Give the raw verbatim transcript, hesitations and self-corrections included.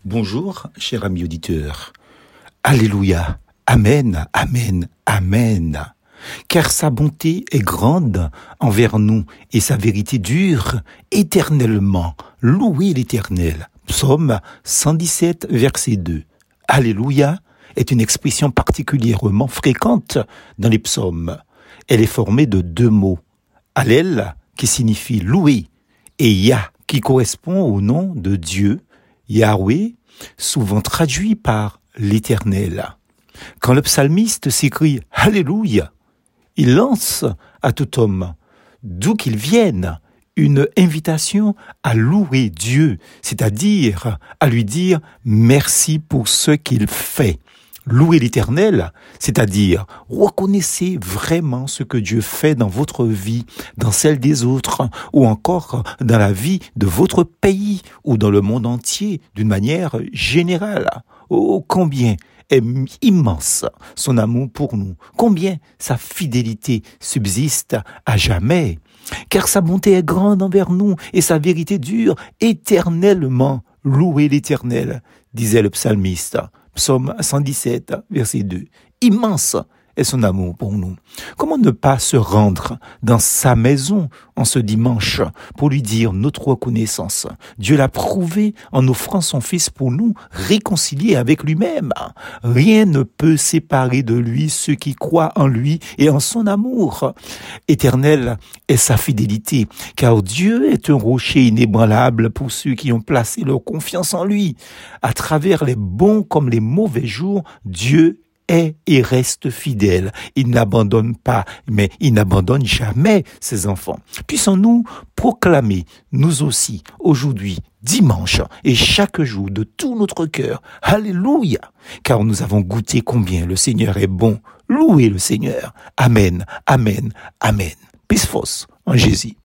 Bonjour, cher ami auditeur. Alléluia. Amen, amen, amen. Car sa bonté est grande envers nous et sa vérité dure éternellement. Louez l'Éternel. Psaume cent dix-sept, verset deux. Alléluia est une expression particulièrement fréquente dans les psaumes. Elle est formée de deux mots. Allel, qui signifie louer, et Yah, qui correspond au nom de Dieu, Yahweh, souvent traduit par l'Éternel. Quand le psalmiste s'écrie « Alléluia », il lance à tout homme, d'où qu'il vienne, une invitation à louer Dieu, c'est-à-dire à lui dire « merci pour ce qu'il fait ». Louer l'Éternel, c'est-à-dire reconnaissez vraiment ce que Dieu fait dans votre vie, dans celle des autres, ou encore dans la vie de votre pays ou dans le monde entier d'une manière générale. Oh, combien est immense son amour pour nous, combien sa fidélité subsiste à jamais, car sa bonté est grande envers nous et sa vérité dure éternellement. Louez l'Éternel, disait le psalmiste. Psaume cent dix-sept, verset deux. Immense est son amour pour nous. Comment ne pas se rendre dans sa maison en ce dimanche pour lui dire notre reconnaissance? Dieu l'a prouvé en offrant son Fils pour nous réconcilier avec lui-même. Rien ne peut séparer de lui ceux qui croient en lui et en son amour. Éternel est sa fidélité, car Dieu est un rocher inébranlable pour ceux qui ont placé leur confiance en lui. À travers les bons comme les mauvais jours, Dieu est et reste fidèle. Il n'abandonne pas, mais il n'abandonne jamais ses enfants. Puissons-nous proclamer, nous aussi, aujourd'hui, dimanche et chaque jour de tout notre cœur, Alléluia, car nous avons goûté combien le Seigneur est bon. Louez le Seigneur. Amen, amen, amen. Pisphos en Jésus.